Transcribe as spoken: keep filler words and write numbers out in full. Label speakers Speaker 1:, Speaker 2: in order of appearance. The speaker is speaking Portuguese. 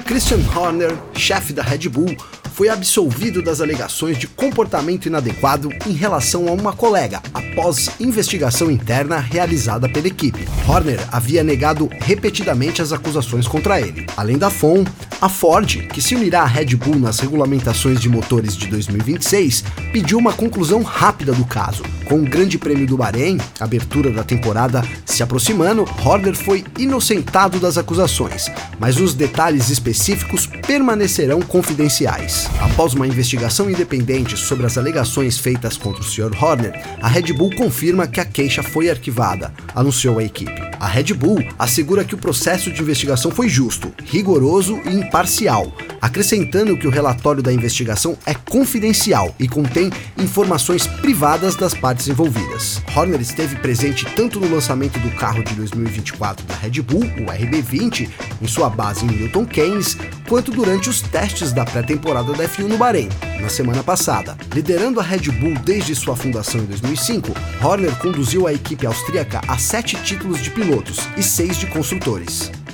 Speaker 1: Christian Horner, chefe da Red Bull, foi absolvido das alegações de comportamento inadequado em relação a uma colega, após investigação interna realizada pela equipe. Horner havia negado repetidamente as acusações contra ele. Além da F O M, a Ford, que se unirá à Red Bull nas regulamentações de motores de dois mil e vinte e seis, pediu uma conclusão rápida do caso. Com o Grande Prêmio do Bahrein, a abertura da temporada se aproximando, Horner foi inocentado das acusações, mas os detalhes específicos permanecerão confidenciais. Após uma investigação independente sobre as alegações feitas contra o senhor Horner, a Red Bull confirma que a queixa foi arquivada, anunciou a equipe. A Red Bull assegura que o processo de investigação foi justo, rigoroso e imparcial, acrescentando que o relatório da investigação é confidencial e contém informações privadas das partes envolvidas. Horner esteve presente tanto no lançamento do carro de dois mil e vinte e quatro da Red Bull, o R B vinte, em sua base em Milton Keynes, quanto durante os testes da pré-temporada da F um no Bahrein, na semana passada. Liderando a Red Bull desde sua fundação em dois mil e cinco, Horner conduziu a equipe austríaca a sete títulos de pilotos e seis de construtores.